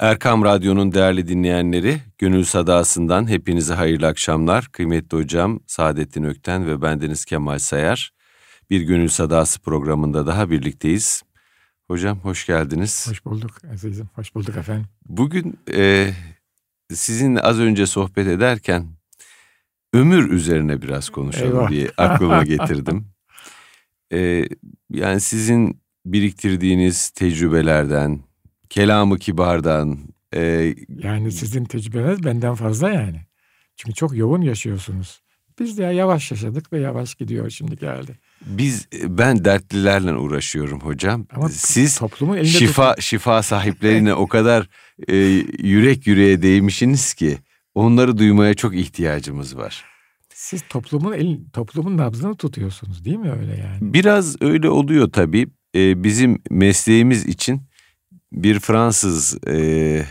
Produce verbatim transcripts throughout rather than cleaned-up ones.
Erkam Radyo'nun değerli dinleyenleri, Gönül Sadası'ndan hepinize hayırlı akşamlar. Kıymetli hocam Saadettin Ökten ve bendeniz Kemal Sayar. Bir Gönül Sadası programında daha birlikteyiz. Hocam hoş geldiniz. Hoş bulduk azizim, hoş bulduk efendim. Bugün e, sizinle az önce sohbet ederken ömür üzerine biraz konuşalım Eyvah. diye aklıma getirdim. E, yani sizin biriktirdiğiniz tecrübelerden, kelamı kibardan. E, yani sizin tecrübeleriniz benden fazla yani. Çünkü çok yoğun yaşıyorsunuz. Biz de yavaş yaşadık ve yavaş gidiyor şimdi geldi. Biz ben dertlilerle uğraşıyorum hocam. Ama siz toplumu şifa tutun. şifa sahiplerine o kadar e, yürek yüreğe değmişsiniz ki onları duymaya çok ihtiyacımız var. Siz toplumun el, toplumun nabzını tutuyorsunuz değil mi öyle yani? Biraz öyle oluyor tabii. E, bizim mesleğimiz için bir Fransız e,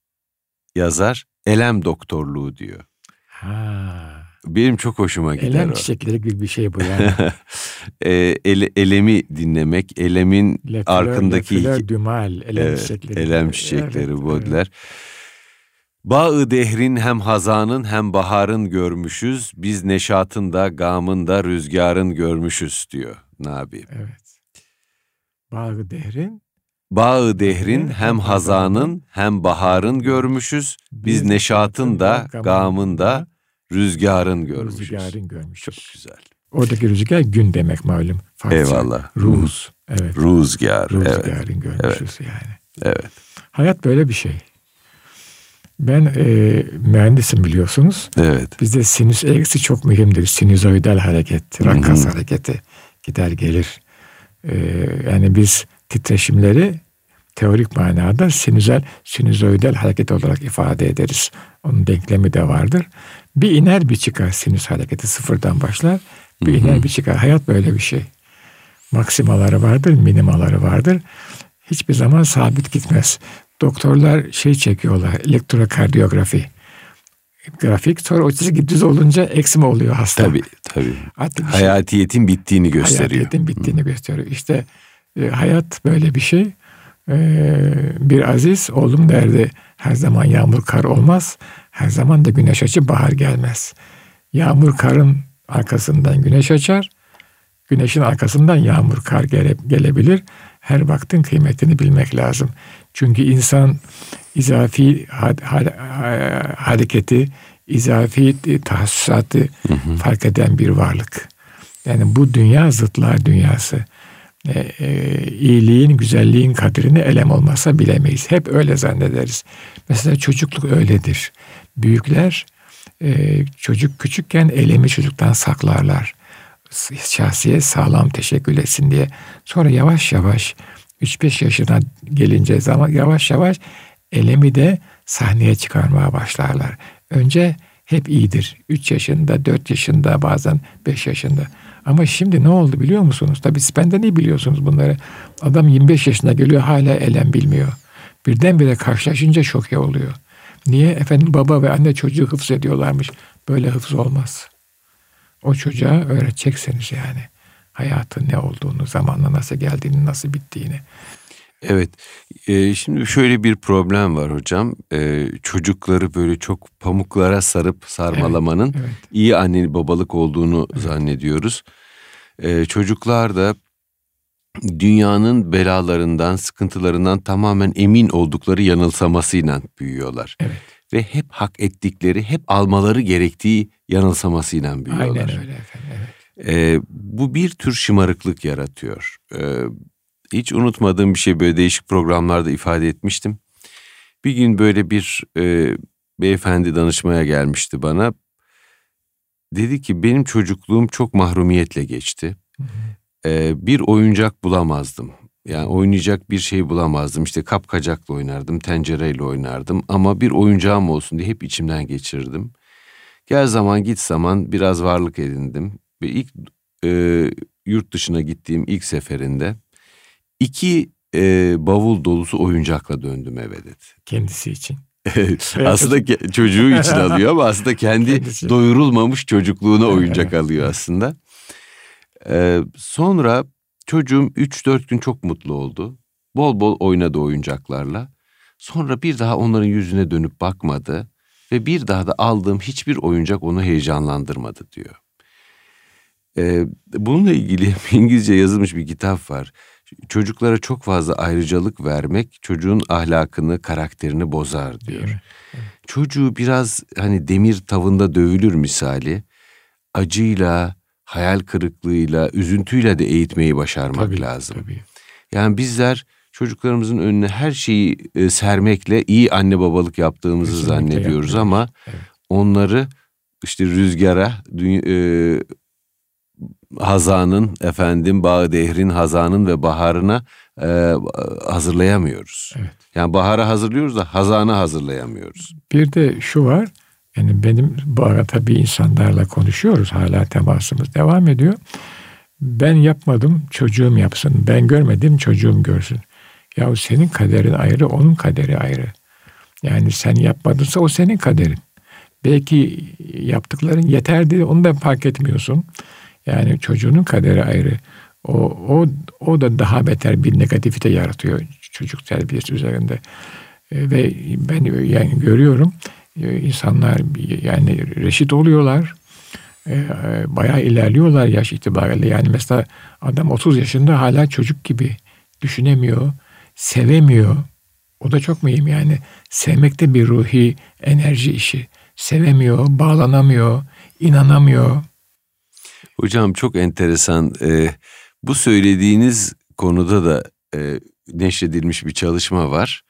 yazar elem doktorluğu diyor. Ha. Benim çok hoşuma gider elem o. çiçekleri gibi bir şey bu yani. e, ele, elemi dinlemek, elemin le arkındaki... Le fleur du mal, elem evet, çiçekleri. Elem çiçekleri, evet, Baudelaire. Evet. Bağı dehrin hem hazanın hem baharın görmüşüz. Biz neşatın da gamın da rüzgarın görmüşüz diyor Nabi. Evet. Bağı dehrin. Bağı dehrin hem hazanın hem baharın görmüşüz. Biz neşatın da gamın da rüzgarın görmüşüz. Rüzgarın görmüşüz. Çok güzel. Oradaki rüzgar gün demek malum. Farsça. Eyvallah. Ruz. Evet. Rüzgar. Rüzgarın evet. görmüşüz evet. yani. Evet. Hayat böyle bir şey. Ben e, mühendisim biliyorsunuz. Evet. Bizde sinüs eğrisi çok mühimdir. Sinüzoidal hareket, rakkas Hı-hı. hareketi gider gelir. E, yani biz titreşimleri teorik manada sinüzel, sinüzoidal hareket olarak ifade ederiz. Onun denklemi de vardır. Bir iner bir çıkar sinüs hareketi, sıfırdan başlar. Bir Hı-hı. iner bir çıkar. Hayat böyle bir şey. Maksimaları vardır, minimaları vardır. Hiçbir zaman sabit gitmez. Doktorlar şey çekiyorlar, elektrokardiyografi. Grafik, sonra o çizgi düz olunca eksi mi oluyor hasta? Tabii, tabii. Şey, hayatiyetin bittiğini gösteriyor. Hayatiyetin bittiğini Hı. gösteriyor. İşte e, hayat böyle bir şey. E, bir aziz oğlum derdi, her zaman yağmur kar olmaz, her zaman da güneş açıp bahar gelmez. Yağmur karın arkasından güneş açar, güneşin arkasından yağmur kar gele, gelebilir. Her vaktin kıymetini bilmek lazım. Çünkü insan izafi had, had, hareketi, izafi tahsisatı hı hı. fark eden bir varlık. Yani bu dünya zıtlar dünyası. E, e, iyiliğin, güzelliğin kadrini elem olmazsa bilemeyiz. Hep öyle zannederiz. Mesela çocukluk öyledir. Büyükler e, çocuk küçükken elemi çocuktan saklarlar. Şahsiyet sağlam teşekkür etsin diye. Sonra yavaş yavaş üç beş yaşına gelince zaman yavaş yavaş elemi de sahneye çıkarmaya başlarlar. Önce hep iyidir. üç yaşında, dört yaşında, bazen beş yaşında. Ama şimdi ne oldu biliyor musunuz? Tabii siz benden iyi biliyorsunuz bunları. Adam yirmi beş yaşına geliyor, hala elem bilmiyor. Birdenbire karşılaşınca şoke oluyor. Niye? Efendim baba ve anne çocuğu hıfz ediyorlarmış. Böyle hıfz olmaz. O çocuğa öğreteceksiniz yani. Hayatın ne olduğunu, zamanla nasıl geldiğini, nasıl bittiğini. Evet. E, şimdi şöyle bir problem var hocam. E, çocukları böyle çok pamuklara sarıp sarmalamanın evet, evet. iyi anne babalık olduğunu evet. zannediyoruz. E, çocuklar da dünyanın belalarından, sıkıntılarından tamamen emin oldukları yanılsamasıyla büyüyorlar. Evet. Ve hep hak ettikleri, hep almaları gerektiği yanılsamasıyla büyüyorlar. Aynen öyle efendim. Evet. E, bu bir tür şımarıklık yaratıyor. E, hiç unutmadığım bir şey, böyle değişik programlarda ifade etmiştim. Bir gün böyle bir e, beyefendi danışmaya gelmişti bana. Dedi ki benim çocukluğum çok mahrumiyetle geçti. Hı hı. E, bir oyuncak bulamazdım. Yani oynayacak bir şey bulamazdım. İşte kapkacakla oynardım, tencereyle oynardım. Ama bir oyuncağım olsun diye hep içimden geçirdim. Gel zaman git zaman biraz varlık edindim. Ve ilk e, yurt dışına gittiğim ilk seferinde iki e, bavul dolusu oyuncakla döndüm eve dedi. Kendisi için. Aslında ke- çocuğu için alıyor ama aslında kendi Kendisi. doyurulmamış çocukluğuna oyuncak alıyor aslında. Ee, sonra çocuğum üç dört gün çok mutlu oldu. Bol bol oynadı oyuncaklarla. Sonra bir daha onların yüzüne dönüp bakmadı ve bir daha da aldığım hiçbir oyuncak onu heyecanlandırmadı diyor. Ee, bununla ilgili İngilizce yazılmış bir kitap var. Çocuklara çok fazla ayrıcalık vermek çocuğun ahlakını, karakterini bozar diyor. Evet, evet. Çocuğu biraz hani demir tavında dövülür misali, acıyla, hayal kırıklığıyla, üzüntüyle de eğitmeyi başarmak tabii, lazım. Tabii. Yani bizler çocuklarımızın önüne her şeyi e, sermekle iyi anne babalık yaptığımızı kesinlikle zannediyoruz ama evet. onları işte rüzgara, dünya, e, hazanın, efendim bağı dehrin hazanın ve baharına e, hazırlayamıyoruz. Evet. Yani bahara hazırlıyoruz da hazanı hazırlayamıyoruz. Bir de şu var, yani benim bu ara tabii insanlarla konuşuyoruz, hala temasımız devam ediyor. Ben yapmadım, çocuğum yapsın. Ben görmedim, çocuğum görsün. Ya senin kaderin ayrı, onun kaderi ayrı. Yani sen yapmadınsa o senin kaderin. Belki yaptıkların yeterdi, onu da fark etmiyorsun. Yani çocuğunun kaderi ayrı. O, o, o da daha beter bir negatifite yaratıyor çocuk terbiyesi üzerinde. E, ve ben yani görüyorum e, insanlar yani reşit oluyorlar. E, bayağı ilerliyorlar yaş itibariyle. Yani mesela adam otuz yaşında hala çocuk gibi düşünemiyor, sevemiyor. O da çok mühim yani. Sevmek de bir ruhi enerji işi. Sevemiyor, bağlanamıyor, inanamıyor. Hocam çok enteresan. Ee, bu söylediğiniz konuda da e, neşredilmiş bir çalışma var.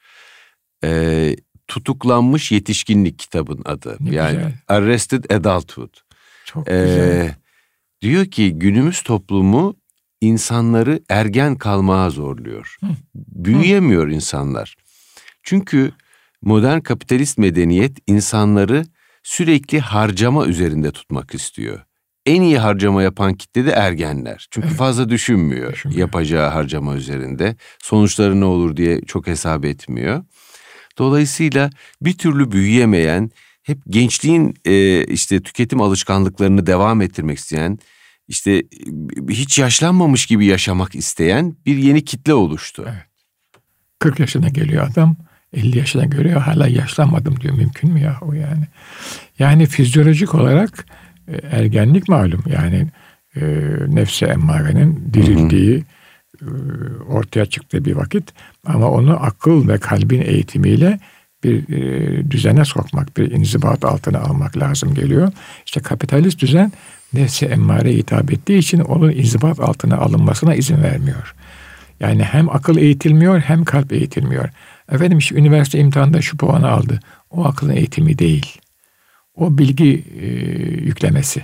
E, Tutuklanmış Yetişkinlik kitabın adı. Ne yani güzel. Arrested Adulthood. Çok ee, güzel. Diyor ki günümüz toplumu insanları ergen kalmaya zorluyor. Hı. Büyüyemiyor Hı. insanlar. Çünkü modern kapitalist medeniyet insanları sürekli harcama üzerinde tutmak istiyor. En iyi harcama yapan kitle de ergenler. Çünkü evet. fazla düşünmüyor, düşünmüyor yapacağı harcama üzerinde. Sonuçları ne olur diye çok hesap etmiyor. Dolayısıyla bir türlü büyüyemeyen, hep gençliğin e, işte tüketim alışkanlıklarını devam ettirmek isteyen, işte hiç yaşlanmamış gibi yaşamak isteyen bir yeni kitle oluştu. Evet. kırk yaşına geliyor adam, elli yaşına görüyor, hala yaşlanmadım diyor. Mümkün mü ya o yani? Yani fizyolojik olarak e, ergenlik malum. Yani e, nefsi emmarenin dirildiği, e, ortaya çıktığı bir vakit. Ama onu akıl ve kalbin eğitimiyle bir e, düzene sokmak, bir inzibat altına almak lazım geliyor. İşte kapitalist düzen nefsi emmareye hitap ettiği için onun inzibat altına alınmasına izin vermiyor. Yani hem akıl eğitilmiyor hem kalp eğitilmiyor. Efendim işte üniversite imtihanında şu puanı aldı. O aklın eğitimi değil. O bilgi e, yüklemesi.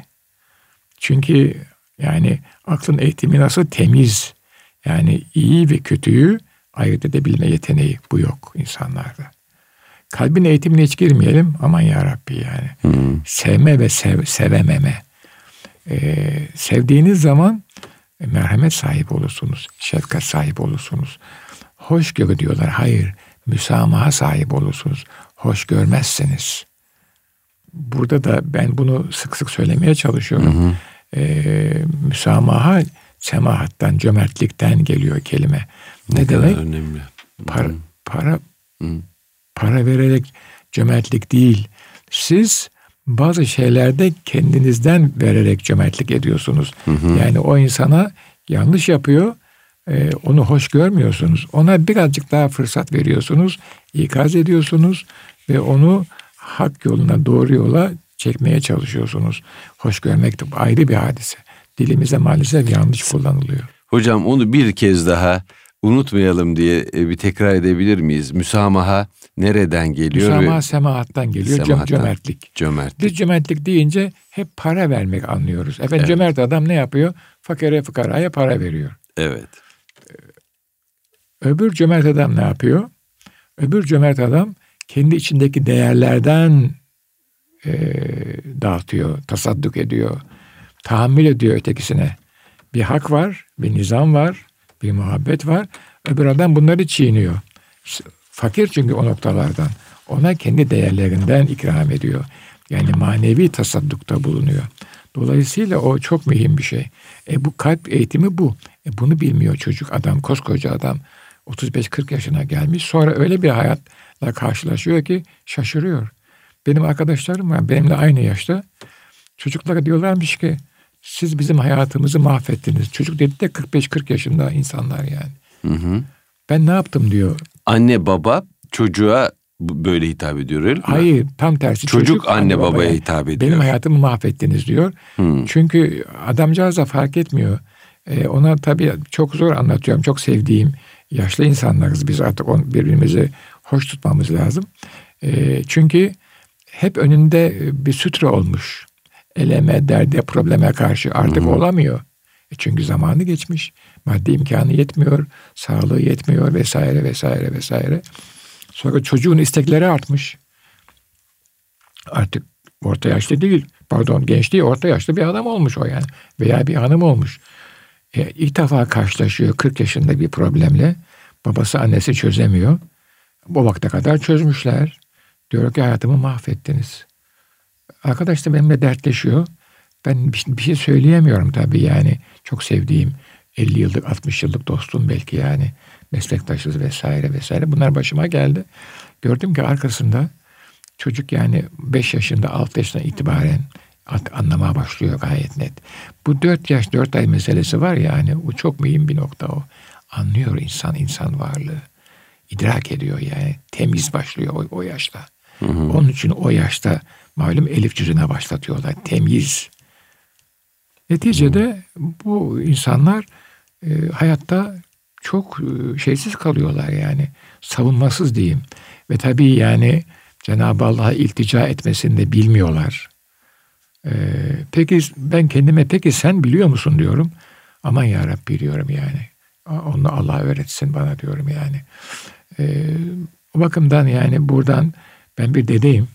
Çünkü yani aklın eğitimi nasıl? Temiz. Yani iyi ve kötüyü ayırt edebilme yeteneği bu yok insanlarda. Kalbin eğitimine hiç girmeyelim. Aman yarabbi yani. Hmm. Sevme ve sev, sevememe. Ee, sevdiğiniz zaman e, merhamet sahibi olursunuz. Şefkat sahibi olursunuz. Hoşgörü diyorlar. Hayır. Müsamaha sahibi olursunuz. Hoş görmezseniz. Burada da ben bunu sık sık söylemeye çalışıyorum. Hı hı. Ee, müsamaha semahattan, cömertlikten geliyor kelime. Ne, ne demek? Önemli. Para, para, hı. para vererek cömertlik değil. Siz bazı şeylerde kendinizden vererek cömertlik ediyorsunuz. Hı hı. Yani o insana yanlış yapıyor, e, onu hoş görmüyorsunuz. Ona birazcık daha fırsat veriyorsunuz, ikaz ediyorsunuz ve onu hak yoluna, doğru yola çekmeye çalışıyorsunuz. Hoş görmek de ayrı bir hadise. Dilimize maalesef yanlış kullanılıyor. Hocam onu bir kez daha unutmayalım diye bir tekrar edebilir miyiz? Müsamaha nereden geliyor? Müsamaha ve... semahattan geliyor. Semahattan. Cömertlik. Cömertlik. Biz cömertlik deyince hep para vermek anlıyoruz. Efendim evet. Cömert adam ne yapıyor? Fakire fıkaraya para veriyor. Evet. Öbür cömert adam ne yapıyor? Öbür cömert adam kendi içindeki değerlerden e, dağıtıyor, tasadduk ediyor, tahammül ediyor ötekisine. Bir hak var, bir nizam var, bir muhabbet var. Öbür adam bunları çiğniyor. Fakir çünkü o noktalardan. Ona kendi değerlerinden ikram ediyor. Yani manevi tasaddukta bulunuyor. Dolayısıyla o çok mühim bir şey. E bu kalp eğitimi bu. E bunu bilmiyor çocuk adam, koskoca adam. otuz beş kırk yaşına gelmiş. Sonra öyle bir hayat karşılaşıyor ki şaşırıyor. Benim arkadaşlarım var benimle aynı yaşta. Çocuklara diyorlarmış ki siz bizim hayatımızı mahvettiniz. Çocuk dedi de kırk beş kırk yaşında insanlar yani. Hı hı. Ben ne yaptım diyor. Anne baba çocuğa böyle hitap ediyor öyle mi? Hayır, tam tersi. Çocuk, çocuk anne, anne babaya, babaya hitap ediyor. Benim hayatımı mahvettiniz diyor. Hmm. Çünkü adamcağız da fark etmiyor. Ee, ona tabii çok zor anlatıyorum. Çok sevdiğim yaşlı insanlarız. Biz artık on, birbirimizi hoş tutmamız lazım. Ee, çünkü hep önünde bir sütre olmuş. Eleme, derde, probleme karşı artık hmm. olamıyor. E çünkü zamanı geçmiş. Maddi imkanı yetmiyor. Sağlığı yetmiyor vesaire vesaire vesaire. Sonra çocuğun istekleri artmış. Artık orta yaşlı değil. Pardon genç değil, orta yaşlı bir adam olmuş o yani. Veya bir hanım olmuş. E, ilk defa karşılaşıyor kırk yaşında bir problemle. Babası annesi çözemiyor. Bu vakte kadar çözmüşler. Diyor ki hayatımı mahvettiniz. Arkadaş da benimle dertleşiyor. Ben bir şey söyleyemiyorum tabii yani. Çok sevdiğim elli yıllık altmış yıllık dostum belki yani. Meslektaşız vesaire vesaire. Bunlar başıma geldi. Gördüm ki arkasında çocuk yani beş yaşında altı yaşından itibaren anlamaya başlıyor gayet net. Bu dört yaş dört ay meselesi var ya hani o çok mühim bir nokta o. Anlıyor insan insan varlığı. İdrak ediyor yani. Temiz başlıyor o, o yaşta. Hı hı. Onun için o yaşta malum elif cüzüne başlatıyorlar. Temiz. Neticede hı. bu insanlar e, hayatta çok şeysiz kalıyorlar yani. Savunmasız diyeyim. Ve tabii yani Cenab-ı Allah'a iltica etmesini de bilmiyorlar. Ee, peki ben kendime peki sen biliyor musun diyorum. Aman ya Rabbi diyorum yani. Onu Allah öğretsin bana diyorum yani. Ee, o bakımdan yani buradan ben bir dedeyim.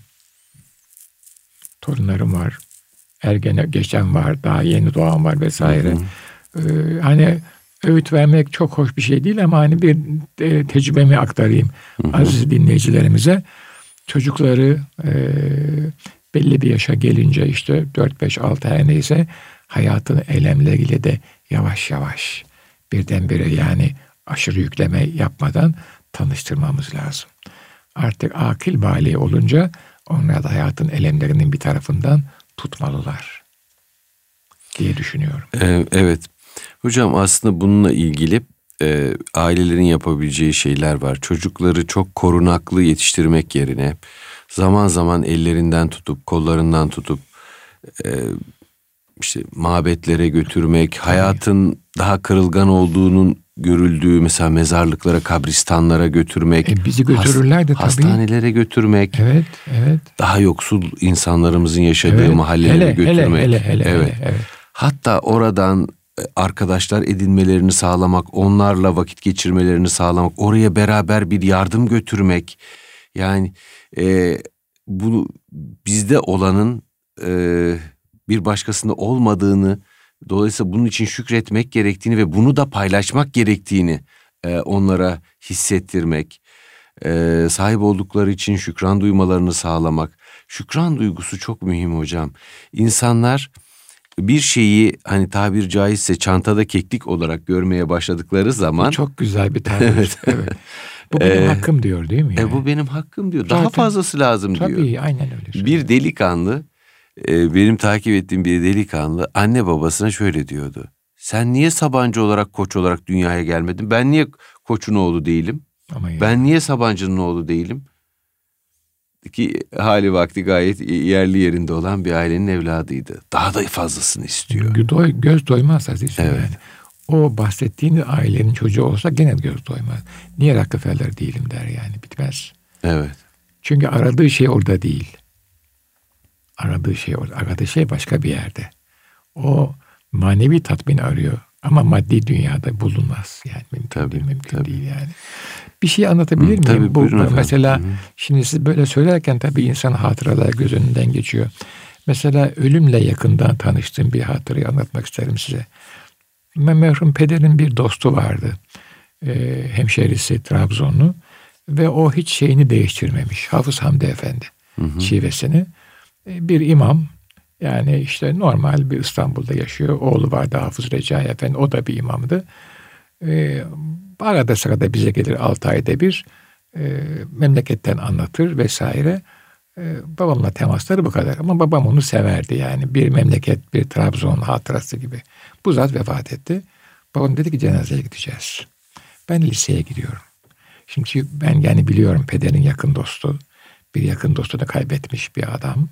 Torunlarım var. Ergene geçen var. Daha yeni doğan var vesaire. Ee, hani öğüt vermek çok hoş bir şey değil ama hani bir e, tecrübemi aktarayım hı hı. aziz dinleyicilerimize. Çocukları e, belli bir yaşa gelince işte dört beş altı her neyse hayatın eylemleriyle de yavaş yavaş birdenbire yani aşırı yükleme yapmadan tanıştırmamız lazım. Artık akil bali olunca onlar da hayatın elemlerinin bir tarafından tutmalılar diye düşünüyorum. Evet. Hocam aslında bununla ilgili e, ailelerin yapabileceği şeyler var. Çocukları çok korunaklı yetiştirmek yerine zaman zaman ellerinden tutup kollarından tutup e, işte mabetlere götürmek, Tabii. hayatın daha kırılgan olduğunun görüldüğü mesela mezarlıklara, kabristanlara götürmek, e, bizi götürürler de hast- tabii. hastanelere götürmek, evet, evet. daha yoksul insanlarımızın yaşadığı evet. mahallelere hele, götürmek, hele, hele, hele, evet. hele, evet. Hatta oradan arkadaşlar edinmelerini sağlamak, onlarla vakit geçirmelerini sağlamak, oraya beraber bir yardım götürmek. Yani e, bu bizde olanın e, bir başkasında olmadığını, dolayısıyla bunun için şükretmek gerektiğini ve bunu da paylaşmak gerektiğini e, onlara hissettirmek, e, sahip oldukları için şükran duymalarını sağlamak. Şükran duygusu çok mühim hocam. İnsanlar bir şeyi hani tabir caizse çantada keklik olarak görmeye başladıkları zaman... Bu çok güzel bir tabir. evet. evet. Bu benim ee, hakkım diyor değil mi? Yani? E, bu benim hakkım diyor. Zaten, daha fazlası lazım tabii, diyor. Tabii aynen öyle. Söylüyor. Bir delikanlı, e, benim takip ettiğim bir delikanlı anne babasına şöyle diyordu. Sen niye Sabancı olarak koç olarak dünyaya gelmedin? Ben niye koçun oğlu değilim? Ama ben yani. niye Sabancı'nın oğlu değilim? Ki hali vakti gayet yerli yerinde olan bir ailenin evladıydı. Daha da fazlasını istiyor. Doy, göz doymaz azizim evet. yani. O bahsettiğin ailenin çocuğu olsa gene göz doymaz. Niye Rockefeller değilim der yani bitmez. Evet. Çünkü aradığı şey orada değil. Aradığı şey orada. Aradığı şey başka bir yerde. O manevi tatmin arıyor. Ama maddi dünyada bulunmaz. Yani mümkün tabii, değil, mümkün tabii. değil yani. Bir şey anlatabilir Hı, miyim? Tabii, Bu efendim. mesela Hı. şimdi siz böyle söylerken tabii insan hatıralar göz önünden geçiyor. Mesela ölümle yakından tanıştığım bir hatırayı anlatmak isterim size. Merhum pederin bir dostu vardı. Ee, hemşerisi Trabzonlu ve o hiç şeyini değiştirmemiş. Hafız Hamdi Efendi hı hı. şivesini. Ee, bir imam. Yani işte normal bir İstanbul'da yaşıyor. Oğlu vardı Hafız Recai Efendi. O da bir imamdı. Ee, arada sırada bize gelir altı ayda bir. e, memleketten anlatır vesaire. E, babamla temasları bu kadar. Ama babam onu severdi yani. Bir memleket, bir Trabzon hatırası gibi. Bu zat vefat etti. Babam dedi ki cenazeye gideceğiz. Ben liseye gidiyorum. Şimdi ben yani biliyorum pederin yakın dostu. Bir yakın dostunu kaybetmiş bir adam.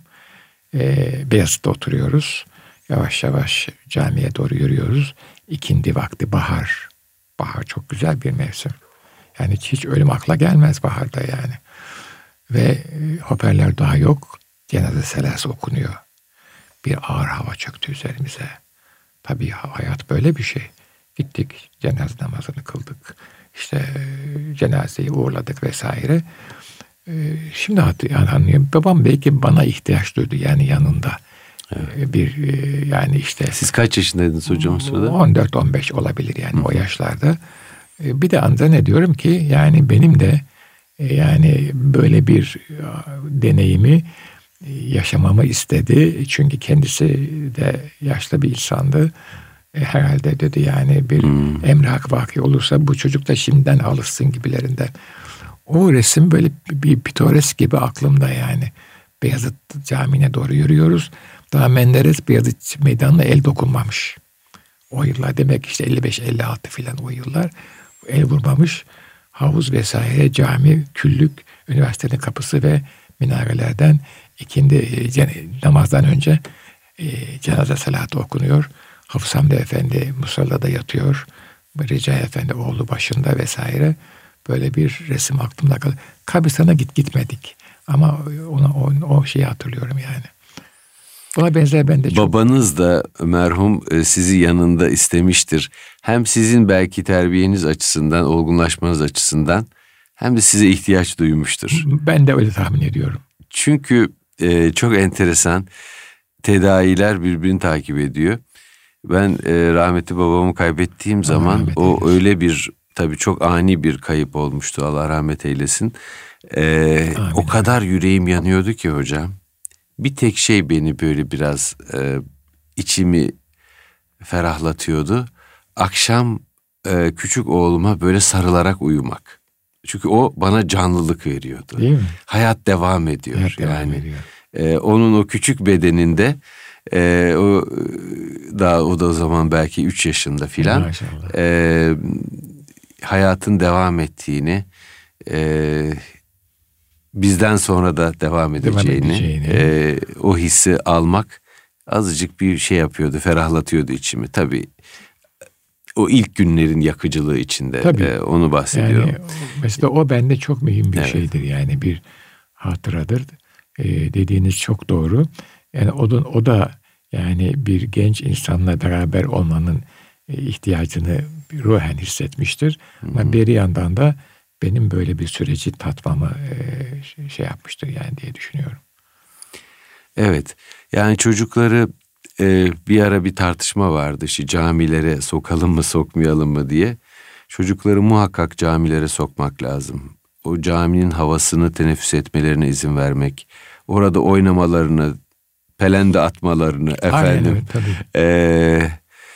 E, Beyazıt'ta oturuyoruz. Yavaş yavaş camiye doğru yürüyoruz. İkindi vakti bahar. Bahar çok güzel bir mevsim. Yani hiç ölüm akla gelmez baharda yani. Ve e, hoparlör daha yok. Cenaze selası okunuyor. Bir ağır hava çöktü üzerimize. Tabii hayat böyle bir şey. Gittik cenaze namazını kıldık. İşte e, cenazeyi uğurladık vesaire. E, şimdi hatırlıyorum, anlıyorum. Babam belki bana ihtiyaç duydu yani yanında. Evet. Bir e, yani işte. Siz kaç yaşındaydınız hocam o sırada? on dört on beş olabilir yani Hı. o yaşlarda. E, bir de anda ne diyorum ki yani benim de e, yani böyle bir e, deneyimi e, yaşamamı istedi. Çünkü kendisi de yaşlı bir insandı. E, herhalde dedi yani bir hmm. emrak vaki olursa bu çocuk da şimdiden alışsın gibilerinden. O resim böyle bir pitoresk gibi aklımda yani. Beyazıt Camii'ne doğru yürüyoruz. Daha Menderes Beyazıt Meydanı'na el dokunmamış. O yıllar demek işte elli beş elli altı filan o yıllar. El vurmamış. Havuz vesaire, cami, küllük, üniversitenin kapısı ve minarelerden ikindi e, namazdan önce e, cenaze salatı okunuyor. Hafız Hamdi Efendi musallada yatıyor. Recai Efendi oğlu başında vesaire. Böyle bir resim aklımda kaldı. Kabristan'a git gitmedik. Ama ona, o, o şeyi hatırlıyorum yani. Buna benzer ben de çok... Babanız da merhum sizi yanında istemiştir. Hem sizin belki terbiyeniz açısından, olgunlaşmanız açısından hem de size ihtiyaç duymuştur. Ben de öyle tahmin ediyorum. Çünkü e, çok enteresan tedaviler birbirini takip ediyor. Ben e, rahmetli babamı kaybettiğim Allah zaman o eylesin. Öyle bir tabii çok ani bir kayıp olmuştu. Allah rahmet eylesin. E, o kadar yüreğim yanıyordu ki hocam. Bir tek şey beni böyle biraz e, içimi ferahlatıyordu. Akşam e, küçük oğluma böyle sarılarak uyumak. Çünkü o bana canlılık veriyordu. Değil mi? Hayat devam ediyor. Hayat devam yani ediyor. E, onun o küçük bedeninde e, o daha o da o zaman belki üç yaşında filan e, hayatın devam ettiğini, e, bizden sonra da devam edeceğini, devam edeceğini. E, o hissi almak azıcık bir şey yapıyordu, ferahlatıyordu içimi. Tabii o ilk günlerin yakıcılığı içinde e, onu bahsediyorum. Yani, mesela o bende çok mühim bir evet. şeydir yani bir hatıradır. E, dediğiniz çok doğru. Yani o da, o da yani bir genç insanla beraber olmanın e, ihtiyacını ruhen hissetmiştir. Hı-hı. Ama bir yandan da benim böyle bir süreci tatmamı e, şey yapmıştır yani diye düşünüyorum. Evet. Yani çocukları e, bir ara bir tartışma vardı. İşte camilere sokalım mı sokmayalım mı diye. Çocukları muhakkak camilere sokmak lazım. O caminin havasını teneffüs etmelerine izin vermek. Orada oynamalarını, pelende atmalarını efendim. Aynen, evet, tabii. E,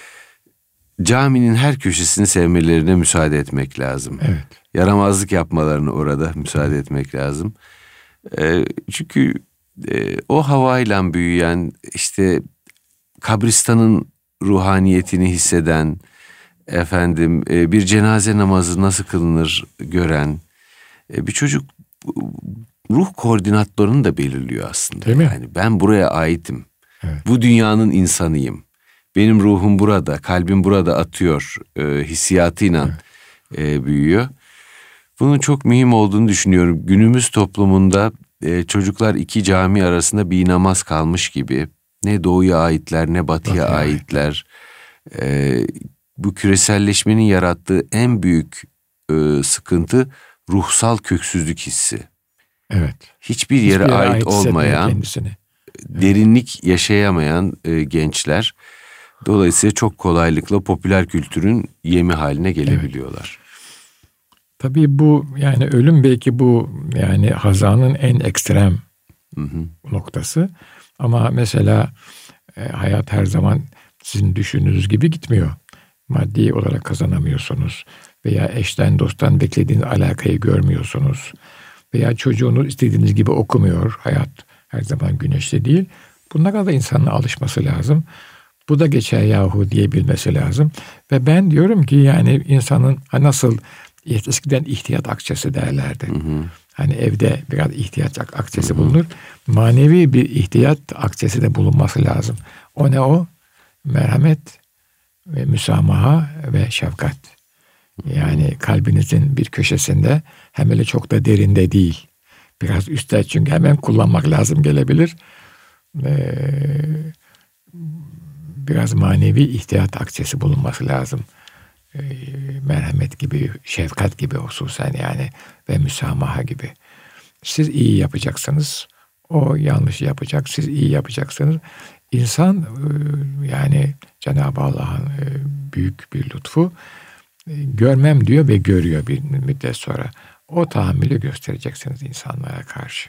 caminin her köşesini sevmelerine müsaade etmek lazım. Evet. Yaramazlık yapmalarını orada müsaade etmek lazım. E, çünkü e, o havayla büyüyen, işte kabristanın ruhaniyetini hisseden, efendim e, bir cenaze namazı nasıl kılınır gören e, bir çocuk ruh koordinatlarını da belirliyor aslında. Değil mi? Yani ben buraya aitim. Evet. Bu dünyanın insanıyım. Benim ruhum burada, kalbim burada atıyor e, hissiyatıyla evet. e, büyüyor. Bunun çok mühim olduğunu düşünüyorum. Günümüz toplumunda e, çocuklar iki cami arasında bir namaz kalmış gibi. Ne doğuya aitler ne batıya, batıya aitler. E, bu küreselleşmenin yarattığı en büyük e, sıkıntı ruhsal köksüzlük hissi. Evet. Hiçbir yere Hiçbir ait, ait olmayan, derinlik evet. yaşayamayan e, gençler dolayısıyla çok kolaylıkla popüler kültürün yemi haline gelebiliyorlar. Evet. Tabii bu yani ölüm belki bu yani hazanın en ekstrem hı hı. noktası. Ama mesela e, hayat her zaman sizin düşündüğünüz gibi gitmiyor. Maddi olarak kazanamıyorsunuz. veya eşten dosttan beklediğiniz alakayı görmüyorsunuz veya çocuğunuz istediğiniz gibi okumuyor, hayat her zaman güneşli değil. Bunlara da insanın alışması lazım. Bu da geçer yahu diyebilmesi lazım. Ve ben diyorum ki yani insanın nasıl eskiden ihtiyat akçesi derlerdi. Hı hı. Hani evde biraz ihtiyaç akçesi bulunur. Manevi bir ihtiyat akçesi de bulunması lazım. O ne o? Merhamet ve müsamaha ve şefkat. Yani kalbinizin bir köşesinde, hem öyle çok da derinde değil. Biraz üstte, çünkü hemen kullanmak lazım gelebilir. Ee, biraz manevi ihtiyat akçesi bulunması lazım. Ee, merhamet gibi, şefkat gibi hususen yani ve müsamaha gibi. Siz iyi yapacaksınız, o yanlış yapacak, siz iyi yapacaksınız. İnsan yani Cenab-ı Allah'ın büyük bir lütfu, görmem diyor ve görüyor bir müddet sonra. O tahammülü göstereceksiniz insanlara karşı.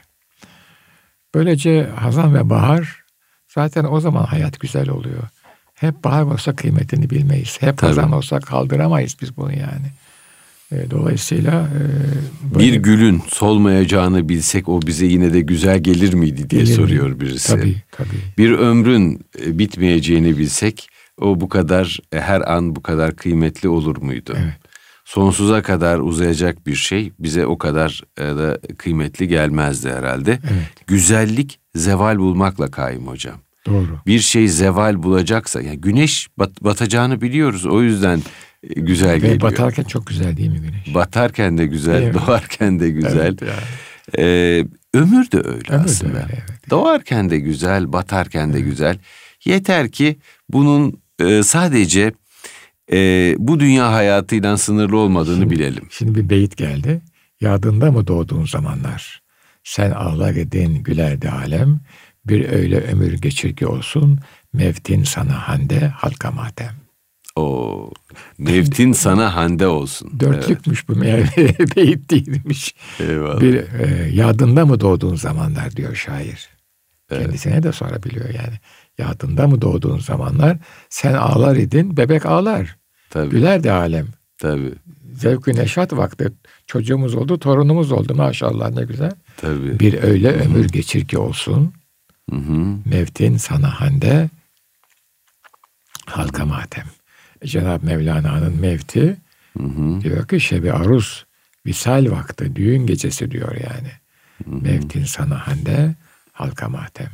Böylece hazan ve bahar, zaten o zaman hayat güzel oluyor. Hep bahar olsa kıymetini bilmeyiz. Hep Tabii. hazan olsa kaldıramayız biz bunu yani. Dolayısıyla böyle... bir gülün solmayacağını bilsek o bize yine de güzel gelir miydi diye gelir soruyor mi? Birisi. Tabii, tabii. Bir ömrün bitmeyeceğini bilsek o bu kadar, her an bu kadar kıymetli olur muydu? Evet. Sonsuza kadar uzayacak bir şey bize o kadar da kıymetli gelmezdi herhalde. Evet. Güzellik zeval bulmakla kaim hocam. Doğru. Bir şey zeval bulacaksa, yani güneş bat, batacağını biliyoruz, o yüzden güzel Ve geliyor. Batarken çok güzel değil mi güneş? Batarken de güzel, evet. Doğarken de güzel. Evet, yani. ee, ömür de öyle ömür aslında. De öyle, evet. Doğarken de güzel, batarken de evet. güzel. Yeter ki bunun e, sadece e, bu dünya hayatıyla sınırlı olmadığını şimdi, bilelim. Şimdi bir beyit geldi. Yadında mı doğduğun zamanlar? Sen ağlar edin gülerdi alem. Bir öyle ömür geçir ki olsun. Mevtin sana hande halka matem. O mevtin sana hande olsun. Dörtlükmüş evet. Bu meğer beyit değilmiş. Eyvallah. Bir e, yadında mı doğduğun zamanlar diyor şair. Evet. Kendisine de sorabiliyor yani. Yadında mı doğduğun zamanlar? Sen ağlar idin, bebek ağlar. Tabii. Gülerdi alem. Tabii. Zevk-ü neşat vakti. Çocuğumuz oldu, torunumuz oldu maşallah, ne güzel. Tabii. Bir öyle Hı-hı. ömür geçir ki olsun. Hı-hı. Mevtin sana hande halka matem. Cenab-ı Mevlana'nın mevti Hı-hı. diyor ki şebi aruz, visal vakti, düğün gecesi diyor yani. Hı-hı. Mevtin sana hande halka matem.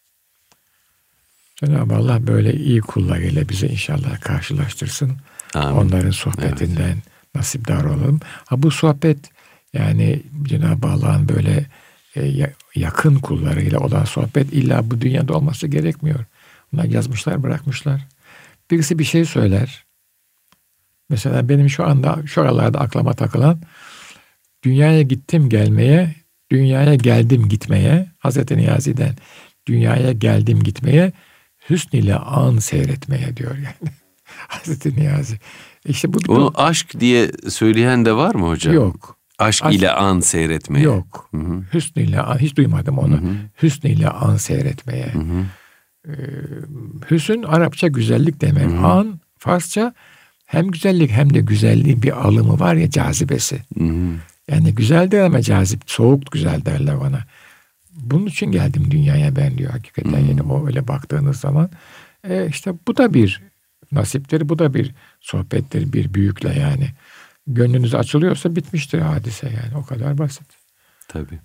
Cenab-ı Allah böyle iyi kullarıyla bizi inşallah karşılaştırsın. Amin. Onların sohbetinden evet. nasipdar olalım. Ha, bu sohbet yani Cenab-ı Allah'ın böyle e, yakın kullarıyla olan sohbet illa bu dünyada olması gerekmiyor. Bunlar yazmışlar, bırakmışlar. Birisi bir şey söyler. Mesela benim şu anda şu aralarda aklıma takılan, dünyaya gittim gelmeye, dünyaya geldim gitmeye, Hazreti Niyazi'den dünyaya geldim gitmeye, hüsn ile an seyretmeye diyor yani. Hazreti Niyazi. İşte bu onu bir... aşk diye söyleyen de var mı hocam? Yok. Aşk, aşk ile an seyretmeye. Yok. Hı hı. Hüsn ile an, hiç duymadım onu. Hı hı. Hüsn ile an seyretmeye. Hı hı. Ee, hüsn Arapça güzellik demek. Hı hı. An Farsça hem güzellik hem de güzelliğin bir alımı var ya, cazibesi. Hı hı. Yani güzeldir ama cazip, soğuk güzel derler ona. Bunun için geldim dünyaya ben diyor hakikaten. Hmm. Yani o öyle baktığınız zaman e işte bu da bir nasiptir, bu da bir sohbettir bir büyükle yani. Gönlünüz açılıyorsa bitmiştir hadise yani, o kadar basit. Tabii.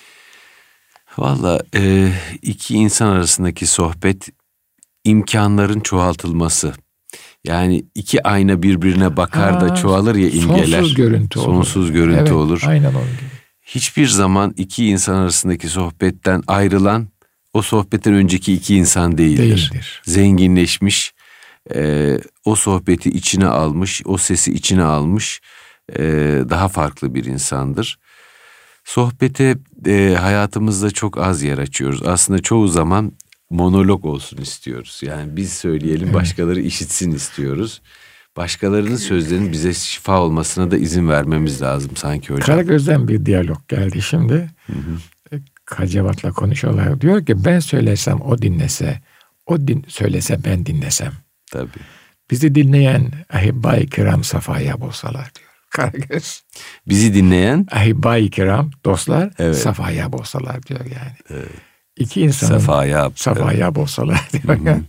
Valla e, iki insan arasındaki sohbet imkanların çoğaltılması. Yani iki ayna birbirine bakar Aa, da çoğalır ya imgeler. Sonsuz görüntü olur. Sonsuz görüntü evet, olur. Aynen onun gibi. Hiçbir zaman iki insan arasındaki sohbetten ayrılan o sohbetten önceki iki insan değildir. Değildir. Zenginleşmiş, e, o sohbeti içine almış, o sesi içine almış e, daha farklı bir insandır. Sohbete e, hayatımızda çok az yer açıyoruz. Aslında çoğu zaman monolog olsun istiyoruz. Yani biz söyleyelim, evet. Başkaları işitsin istiyoruz. Başkalarının sözlerinin bize şifa olmasına da izin vermemiz lazım sanki hocam. Karagöz'den bir diyalog geldi şimdi. Hı hı. Hacevat'la konuşuyorlar. Diyor ki ben söylesem o dinlese, o din söylese ben dinlesem. Tabii. Bizi dinleyen ahibba-i kiram safaya bulsalar diyor. Karagöz. Bizi dinleyen Ahibba-i kiram, dostlar, evet. safaya bolsalar diyor yani. Evet. İki insanın safaya, safaya evet. bolsalar diyor yani.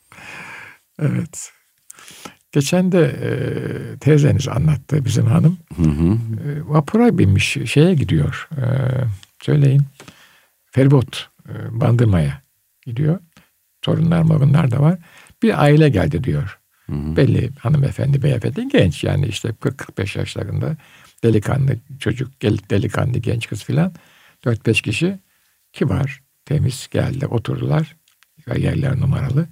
Evet. Geçen de e, teyzeniz anlattı bizim hanım. Hı hı. E, vapura binmiş, şeye gidiyor. E, söyleyin. Feribot, e, Bandırma'ya gidiyor. Torunlar morunlar da var. Bir aile geldi diyor. Hı hı. Belli hanımefendi, beyefendi, genç yani işte kırk kırk beş yaşlarında. Delikanlı çocuk, delikanlı genç kız filan. dört beş kişi kibar, temiz geldi, oturdular. Yerler numaralı.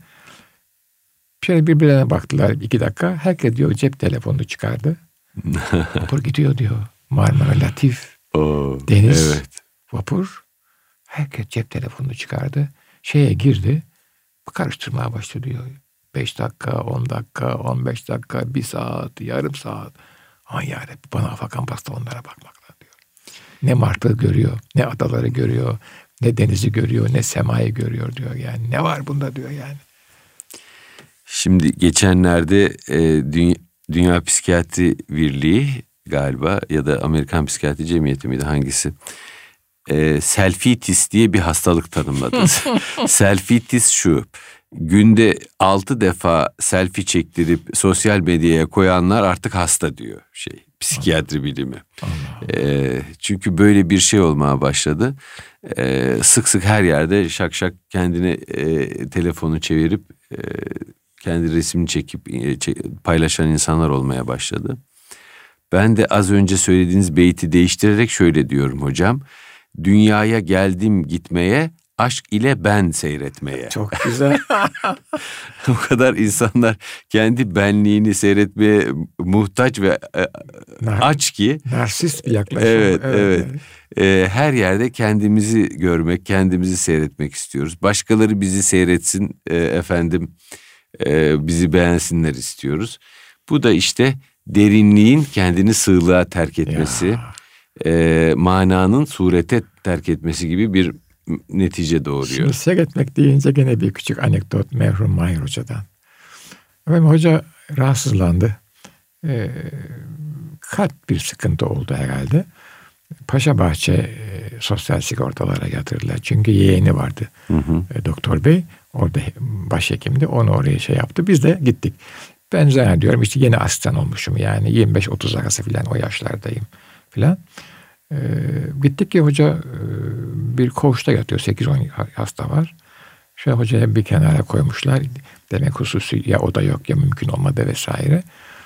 Şöyle birbirlerine baktılar iki dakika. Herkes diyor cep telefonunu çıkardı. Vapur gidiyor diyor. Marmara, Latif, Oo, deniz, evet. vapur. Herkes cep telefonunu çıkardı. Şeye girdi. Karıştırmaya başladı diyor. Beş dakika, on dakika, on beş dakika, bir saat, yarım saat. Aman yarabbim bana afakan bastı onlara bakmakla diyor. Ne Mart'ı görüyor, ne adaları görüyor, ne denizi görüyor, ne semayı görüyor diyor yani. Ne var bunda diyor yani. Şimdi geçenlerde e, Dünya, Dünya Psikiyatri Birliği galiba ya da Amerikan Psikiyatri Cemiyeti miydi hangisi? E, selfitis diye bir hastalık tanımladı. Selfitis şu: günde altı defa selfie çektirip sosyal medyaya koyanlar artık hasta diyor şey psikiyatri bilimi. E, çünkü böyle bir şey olmaya başladı. E, sık sık her yerde şak şak kendine e, telefonu çevirip e, kendi resmini çekip e, paylaşan insanlar olmaya başladı. Ben de az önce söylediğiniz beyti değiştirerek şöyle diyorum hocam. Dünyaya geldim gitmeye, aşk ile ben seyretmeye. Çok güzel. O kadar insanlar kendi benliğini seyretmeye muhtaç ve Nar- aç ki. Narsist bir yaklaşım. Evet, evet. evet. Ee, her yerde kendimizi görmek, kendimizi seyretmek istiyoruz. Başkaları bizi seyretsin, e, efendim, e, bizi beğensinler istiyoruz. Bu da işte derinliğin kendini sığlığa terk etmesi, e, mananın surete terk etmesi gibi bir netice doğuruyor. Şimdi seyretmek deyince gene bir küçük anekdot merhum Mahir Hoca'dan. Efendim, hoca rahatsızlandı. Ee, kalp bir sıkıntı oldu herhalde. Paşabahçe e, sosyal sigortalara yatırdılar. Çünkü yeğeni vardı. Hı hı. E, doktor bey orada başhekimdi. Onu oraya şey yaptı. Biz de gittik. Ben zannediyorum işte yeni asistan olmuşum. Yani yirmi beş otuz arası falan o yaşlardayım falan. E, gittik ki hoca e, bir koğuşta yatıyor. sekiz on hasta var. Şöyle hocaya bir kenara koymuşlar. Demek hususi ya oda yok ya mümkün olmadı vesaire.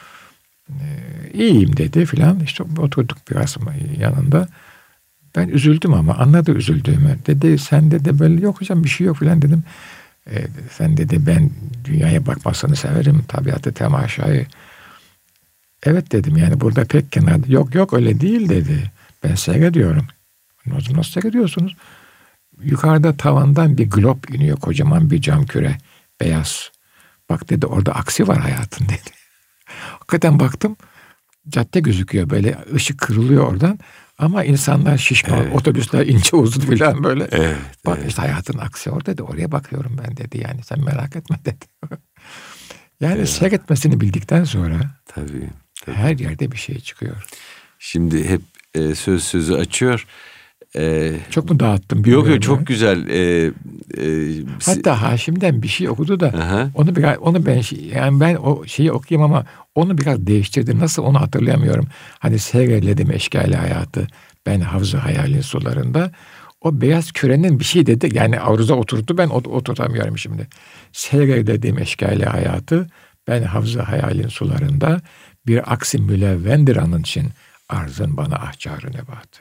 Ee, iyiyim dedi filan. İşte oturduk biraz yanında. Ben üzüldüm ama anladı üzüldüğümü. Dedi sen dedi böyle yok hocam bir şey yok filan dedim. Ee, sen dedi ben dünyaya bakmasını severim. Tabiatı temaşayı. Evet dedim yani burada pek kenarda. Yok yok öyle değil dedi. Ben seyrediyorum. Nasıl, nasıl seyrediyorsunuz? Yukarıda tavandan bir glob iniyor. Kocaman bir cam küre. Beyaz. Bak dedi orada aksi var hayatın dedi. Hakikaten baktım cadde gözüküyor böyle ışık kırılıyor oradan ama insanlar şişman, evet. Otobüsler ince uzun falan böyle. Evet, bak evet. işte hayatın aksi orada dedi, oraya bakıyorum ben dedi yani sen merak etme dedi. Yani evet. Seyretmesini bildikten sonra tabii, tabii. Her yerde bir şey çıkıyor. Şimdi hep e, söz sözü açıyor. Ee, çok mu dağıttım? Yok yok çok güzel. Ee, e, Hatta Haşim'den bir şey okudu da aha. onu biraz onu ben yani ben o şeyi okuyayım ama onu biraz değiştirdim. Nasıl onu hatırlayamıyorum. Hani seyreledim eşkali hayatı. Ben Havz-ı Hayalin sularında. O beyaz kürenin bir şey dedi. Yani arıza oturttu ben oturtamıyorum şimdi. Seyreledim eşkali hayatı. Ben Havz-ı Hayalin sularında bir aksi mülevvendir anın için arzın bana ahçarı nebatı.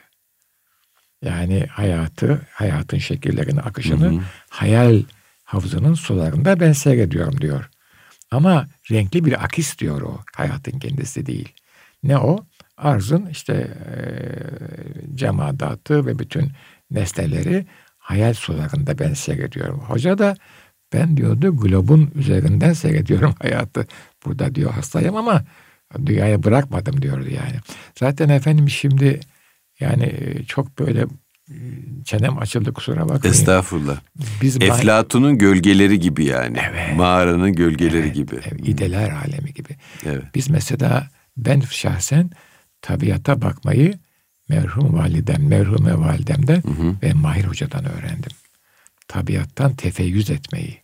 Yani hayatı, hayatın şekillerini, akışını hı hı. hayal havzının sularında ben seyrediyorum diyor. Ama renkli bir akis diyor o. Hayatın kendisi değil. Ne o? Arzın işte e, cemadatı ve bütün nesneleri hayal sularında ben seyrediyorum. Hoca da ben diyordu globun üzerinden seyrediyorum hayatı. Burada diyor hastayım ama dünyaya bırakmadım diyordu yani. Zaten efendim şimdi yani çok böyle çenem açıldı kusura bakmayın. Estağfurullah. Biz Eflatun'un gölgeleri gibi yani. Evet. Mağaranın gölgeleri evet, gibi. Evet, ideler alemi gibi. Evet. Biz mesela ben şahsen tabiata bakmayı merhum validem, merhume validemden hı hı. ve Mahir Hoca'dan öğrendim. Tabiattan tefeyyüz etmeyi.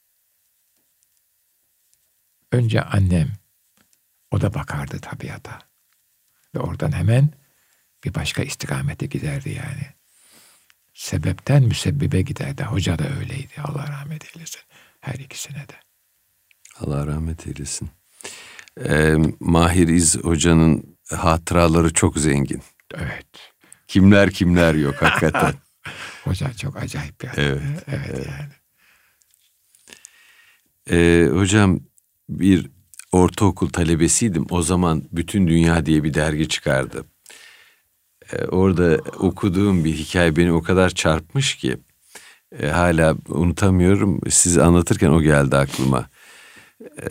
Önce annem, o da bakardı tabiata. Ve oradan hemen bir başka istikamete giderdi yani. Sebepten müsebbibe giderdi. Hoca da öyleydi. Allah rahmet eylesin. Her ikisine de. Allah rahmet eylesin. Ee, Mahir İz Hoca'nın hatıraları çok zengin. Evet. Kimler kimler yok hakikaten. Hoca çok acayip yani. Evet. Evet, evet. yani. Ee, hocam bir ortaokul talebesiydim. O zaman Bütün Dünya diye bir dergi çıkardı. Ee, orada okuduğum bir hikaye beni o kadar çarpmış ki e, hala unutamıyorum. Siz anlatırken o geldi aklıma. Ee,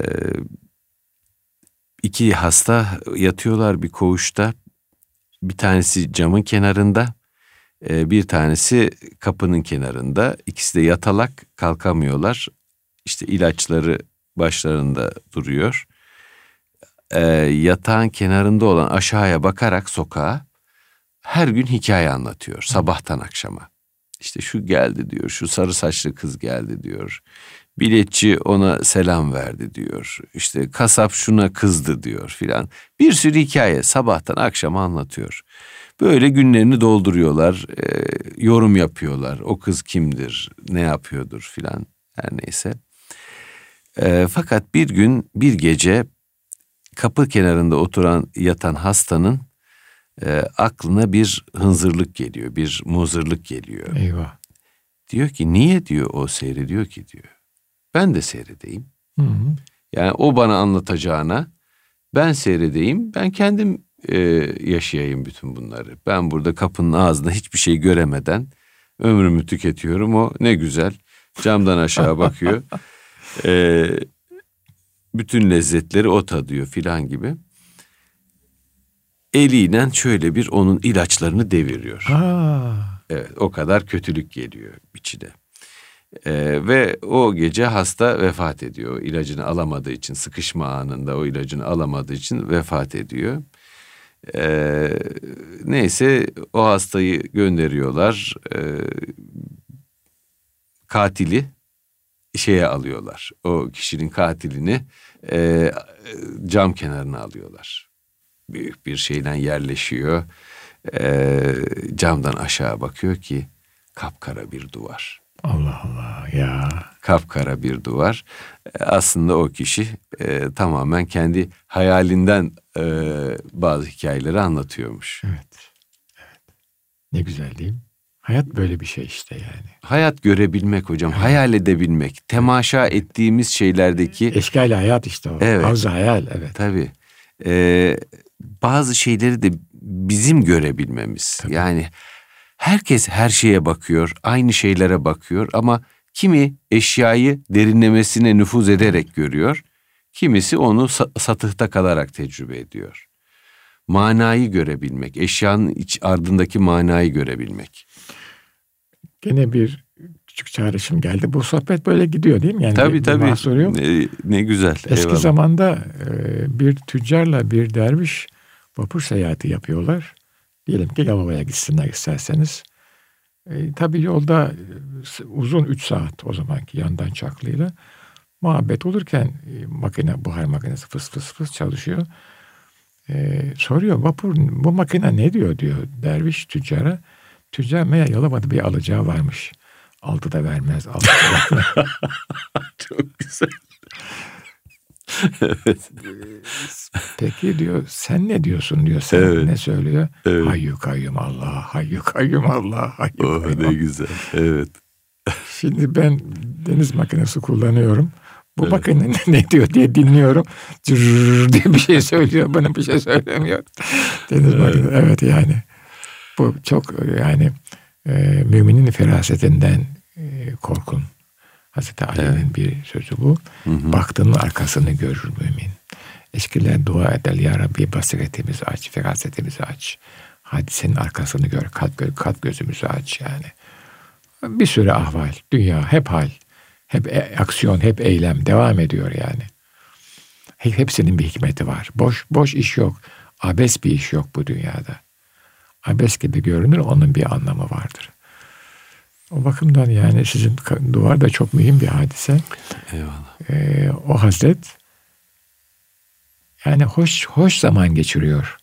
iki hasta yatıyorlar bir koğuşta. Bir tanesi camın kenarında, bir tanesi kapının kenarında. İkisi de yatalak, kalkamıyorlar. İşte ilaçları başlarında duruyor. E, yatağın kenarında olan aşağıya bakarak sokağa her gün hikaye anlatıyor sabahtan akşama. İşte şu geldi diyor, şu sarı saçlı kız geldi diyor. Biletçi ona selam verdi diyor. İşte kasap şuna kızdı diyor filan. Bir sürü hikaye sabahtan akşama anlatıyor. Böyle günlerini dolduruyorlar, e, yorum yapıyorlar. O kız kimdir, ne yapıyordur filan, her neyse. E, fakat bir gün, bir gece kapı kenarında oturan yatan hastanın e, aklına bir hınzırlık geliyor, bir muzırlık geliyor. Eyvah. Diyor ki niye diyor o seyrediyor ki diyor. Ben de seyredeyim. Hı hı. Yani o bana anlatacağına ben seyredeyim, ben kendim e, yaşayayım bütün bunları. Ben burada kapının ağzında hiçbir şey göremeden ömrümü tüketiyorum. O ne güzel camdan aşağı bakıyor. e, bütün lezzetleri o tadıyor filan gibi. Eliyle şöyle bir onun ilaçlarını deviriyor. Aa. Evet, o kadar kötülük geliyor içine. Ee, ve o gece hasta vefat ediyor. İlacını alamadığı için, sıkışma anında o ilacını alamadığı için vefat ediyor. Ee, neyse o hastayı gönderiyorlar. Ee, katili şeye alıyorlar. O kişinin katilini e, cam kenarına alıyorlar. Büyük bir şeyden yerleşiyor. Ee, camdan aşağı bakıyor ki kapkara bir duvar. Allah Allah ya. Kapkara bir duvar. Ee, aslında o kişi e, tamamen kendi hayalinden e, bazı hikayeleri anlatıyormuş. Evet. Evet. Ne güzel değil mi? Hayat böyle bir şey işte yani. Hayat görebilmek hocam, evet. Hayal edebilmek, temaşa ettiğimiz şeylerdeki... Eşkali hayat işte o. Evet. Havza hayal, evet. Tabii. Ee, bazı şeyleri de bizim görebilmemiz. Tabii. Yani herkes her şeye bakıyor, aynı şeylere bakıyor ama kimi eşyayı derinlemesine nüfuz ederek görüyor, kimisi onu satıhta kalarak tecrübe ediyor. Manayı görebilmek, eşyanın iç ardındaki manayı görebilmek. Gene bir küçük çağrışım geldi. Bu sohbet böyle gidiyor değil mi? Yani tabii bir, tabii. Bir ne, ne güzel. Eski eyvallah. zamanda e, bir tüccarla bir derviş vapur seyahati yapıyorlar. Diyelim ki Yalova'ya gitsinler isterseniz. E, tabii yolda e, uzun üç saat o zamanki yandan çaklıyla muhabbet olurken e, makine, buhar makinesi fıs fıs fıs çalışıyor. E, soruyor vapur bu makine ne diyor diyor derviş tüccara. Tüccar meğer Yalova'da bir alacağı varmış. Altı da vermez. Altı da vermez. Çok güzel. Evet. Peki diyor sen ne diyorsun diyor. Sen evet. ne söylüyor? Evet. Hayyu kayyum Allah, hayyu kayyum Allah, hayyu oh, kayyum. Ne güzel. Evet. Şimdi ben deniz makinesi kullanıyorum. Bu evet. makine ne diyor diye dinliyorum. Cırrrr diye bir şey söylüyor. Bana bir şey söylemiyor. Deniz evet. makinesi. Evet yani. Bu çok yani e, müminin ferasetinden e, korkun. Hazreti Ali'nin evet. bir sözü bu. Hı hı. Baktığının arkasını görür mümin. Eskiler dua eder. Ya Rabbi basiretimizi aç, ferasetimizi aç. Hadisenin arkasını gör, kalp, kalp gözümüzü aç yani. Bir sürü ahval, dünya hep hal, hep e, aksiyon, hep eylem devam ediyor yani. Hepsinin bir hikmeti var. Boş boş iş yok. Abes bir iş yok bu dünyada. Abes gibi görünür, onun bir anlamı vardır. O bakımdan yani sizin duvar da çok mühim bir hadise. Eyvallah. Ee, o Hazret yani hoş hoş zaman geçiriyor.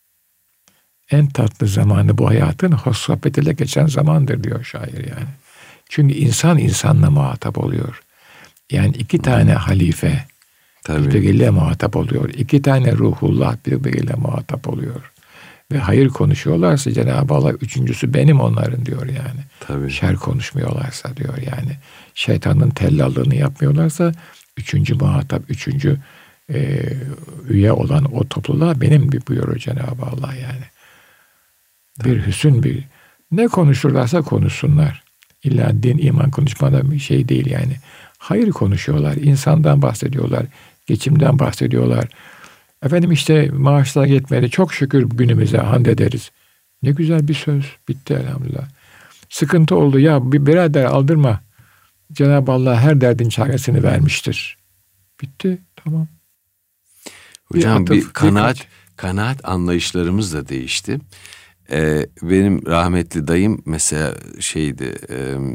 En tatlı zamanı bu hayatın hoş sohbet ile geçen zamandır diyor şair yani. Çünkü insan insanla muhatap oluyor. Yani iki tane halife Tabii. birbiriyle muhatap oluyor. İki tane ruhullah birbiriyle muhatap oluyor. Ve hayır konuşuyorlarsa Cenab-ı Allah üçüncüsü benim onların diyor yani. Tabii. Şer konuşmuyorlarsa diyor yani. Şeytanın tellallığını yapmıyorlarsa üçüncü muhatap, üçüncü e, üye olan o topluluğa benim bir buyuruyor Cenab-ı Allah yani. Tabii. Bir hüsün bir ne konuşurlarsa konuşsunlar. İlla din, iman konuşmada bir şey değil yani. Hayır konuşuyorlar, insandan bahsediyorlar, geçimden bahsediyorlar. Efendim işte maaşlar yetmedi, çok şükür günümüze hamd ederiz. Ne güzel bir söz, bitti elhamdülillah. Sıkıntı oldu, ya bir birader aldırma. Cenab-ı Allah her derdin çaresini vermiştir. Bitti, tamam. Hocam bir, bir atıf, kanaat birkaç. kanaat anlayışlarımız da değişti. Ee, benim rahmetli dayım mesela şeydi, e,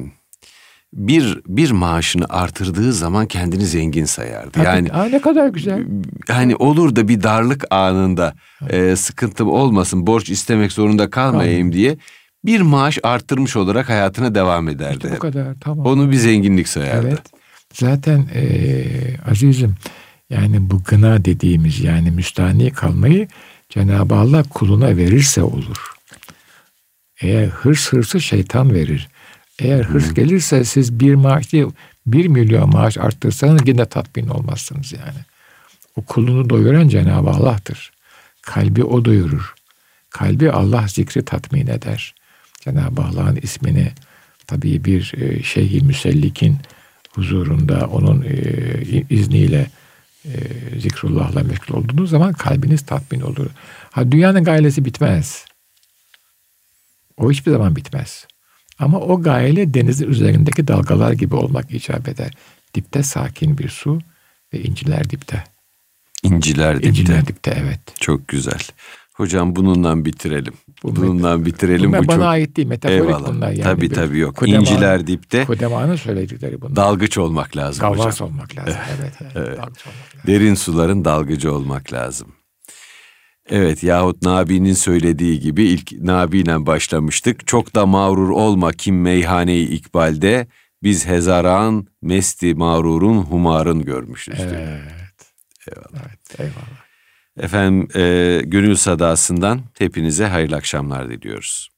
bir bir maaşını artırdığı zaman kendini zengin sayardı. Tabii, yani aa, ne kadar güzel. Hani olur da bir darlık anında e, sıkıntım olmasın, borç istemek zorunda kalmayayım diye bir maaş arttırmış olarak hayatına devam ederdi. İşte bu kadar, tamam. Onu bir zenginlik sayardı. Evet. Zaten e, azizim yani bu gına dediğimiz yani müstahni kalmayı Cenab-ı Allah kuluna verirse olur. Eğer hırs hırsı şeytan verir. Eğer hırs Hı. gelirse siz bir maaş değil, bir milyon maaş arttırsanız yine tatmin olmazsınız yani. O kulunu doyuran Cenab-ı Allah'tır. Kalbi o doyurur. Kalbi Allah zikri tatmin eder. Cenab-ı Allah'ın ismini tabii bir şeyh-i müsellikin huzurunda onun izniyle zikrullah'la meşgul olduğunuz zaman kalbiniz tatmin olur. Ha, dünyanın gayesi bitmez. O hiçbir zaman bitmez. Ama o gayeyle denizin üzerindeki dalgalar gibi olmak icap eder. Dipte sakin bir su ve inciler dipte. İnciler dipte. İnciler dipte, evet. Çok güzel. Hocam bununla bitirelim. Bu bununla met- bitirelim. Bunlar Bu bana çok... ait değil. Metaforik Eyvallah. bunlar yani. Tabii tabii yok. Kudema, İnciler dipte. Kudemanın söyledikleri bunlar. Dalgıç olmak lazım Gavvas hocam. olmak lazım. Evet. evet, evet. Dalgıç olmak lazım. Derin suların dalgıcı olmak lazım. Evet, yahut Nabi'nin söylediği gibi ilk Nabi'yle başlamıştık. Çok da mağrur olma kim meyhane-i ikbalde, biz hezaran mesti mağrurun humarın görmüşüz. Evet. Eyvallah. Evet, eyvallah. Efendim e, Gönül Sadası'ndan hepinize hayırlı akşamlar diliyoruz.